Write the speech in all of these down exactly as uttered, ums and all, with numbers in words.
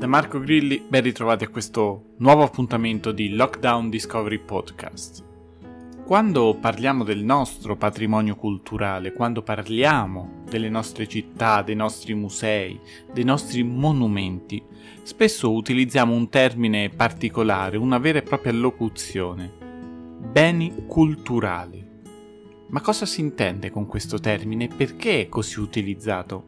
Da Marco Grilli, ben ritrovati a questo nuovo appuntamento di Lockdown Discovery Podcast. Quando parliamo del nostro patrimonio culturale, quando parliamo delle nostre città, dei nostri musei, dei nostri monumenti, spesso utilizziamo un termine particolare, una vera e propria locuzione: beni culturali. Ma cosa si intende con questo termine e perché è così utilizzato?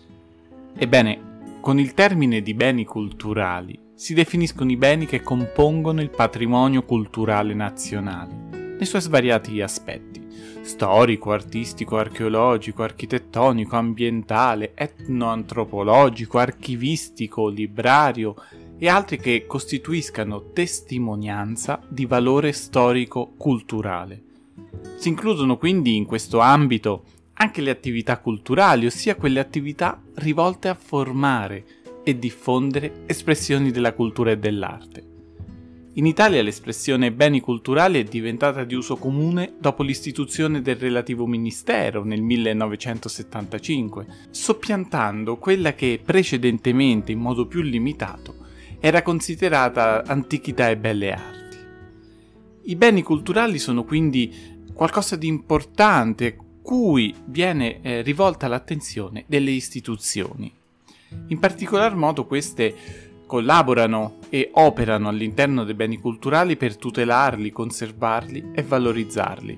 Ebbene, con il termine di beni culturali si definiscono i beni che compongono il patrimonio culturale nazionale, nei suoi svariati aspetti: storico, artistico, archeologico, architettonico, ambientale, etnoantropologico, archivistico, librario e altri che costituiscano testimonianza di valore storico-culturale. Si includono quindi in questo ambito anche le attività culturali, ossia quelle attività rivolte a formare e diffondere espressioni della cultura e dell'arte. In Italia l'espressione beni culturali è diventata di uso comune dopo l'istituzione del relativo ministero nel millenovecentosettantacinque, soppiantando quella che precedentemente, in modo più limitato, era considerata antichità e belle arti. I beni culturali sono quindi qualcosa di importante cui viene eh, rivolta l'attenzione delle istituzioni. In particolar modo queste collaborano e operano all'interno dei beni culturali per tutelarli, conservarli e valorizzarli.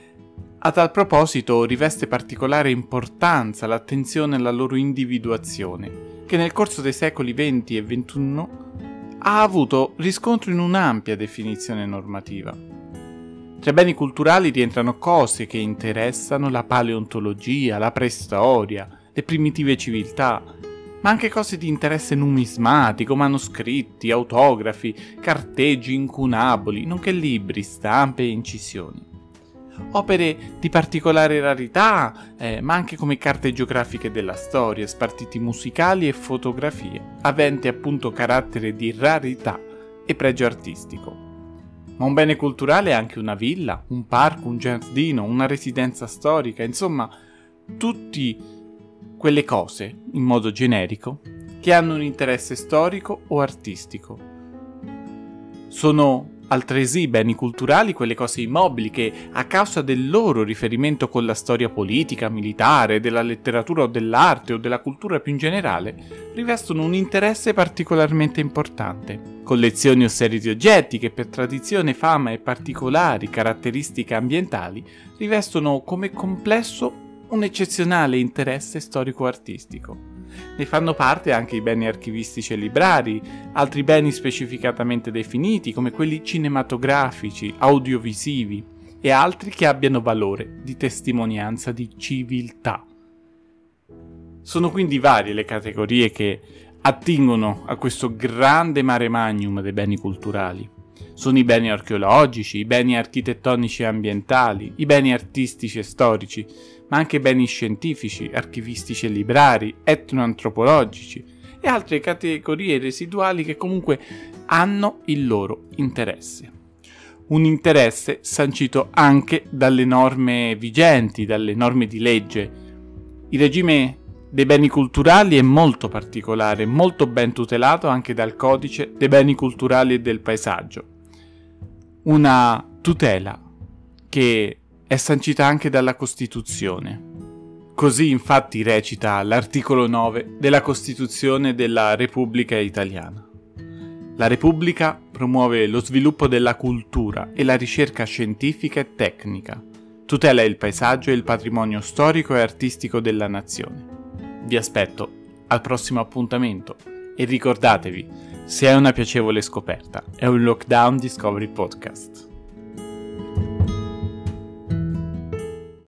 A tal proposito riveste particolare importanza l'attenzione alla loro individuazione, che nel corso dei secoli venti e ventuno ha avuto riscontro in un'ampia definizione normativa. Tra i beni culturali rientrano cose che interessano la paleontologia, la preistoria, le primitive civiltà, ma anche cose di interesse numismatico, manoscritti, autografi, carteggi incunaboli, nonché libri, stampe e incisioni. Opere di particolare rarità, eh, ma anche come carte geografiche della storia, spartiti musicali e fotografie, aventi appunto carattere di rarità e pregio artistico. Ma un bene culturale è anche una villa, un parco, un giardino, una residenza storica, insomma, tutte quelle cose, in modo generico, che hanno un interesse storico o artistico. Sono altresì beni culturali quelle cose immobili che, a causa del loro riferimento con la storia politica, militare, della letteratura o dell'arte o della cultura più in generale, rivestono un interesse particolarmente importante. Collezioni o serie di oggetti che per tradizione, fama e particolari caratteristiche ambientali rivestono come complesso un eccezionale interesse storico-artistico. Ne fanno parte anche i beni archivistici e librari, altri beni specificatamente definiti come quelli cinematografici, audiovisivi e altri che abbiano valore di testimonianza di civiltà. Sono quindi varie le categorie che attingono a questo grande mare magnum dei beni culturali. Sono i beni archeologici, i beni architettonici e ambientali, i beni artistici e storici, ma anche beni scientifici, archivistici e librari, etnoantropologici e altre categorie residuali che comunque hanno il loro interesse. Un interesse sancito anche dalle norme vigenti, dalle norme di legge. Il regime dei beni culturali è molto particolare, molto ben tutelato anche dal Codice dei beni culturali e del paesaggio. Una tutela che è sancita anche dalla Costituzione. Così infatti recita l'articolo nove della Costituzione della Repubblica Italiana. La Repubblica promuove lo sviluppo della cultura e la ricerca scientifica e tecnica, tutela il paesaggio e il patrimonio storico e artistico della nazione. Vi aspetto al prossimo appuntamento e ricordatevi, se è una piacevole scoperta, è un Lockdown Discovery Podcast.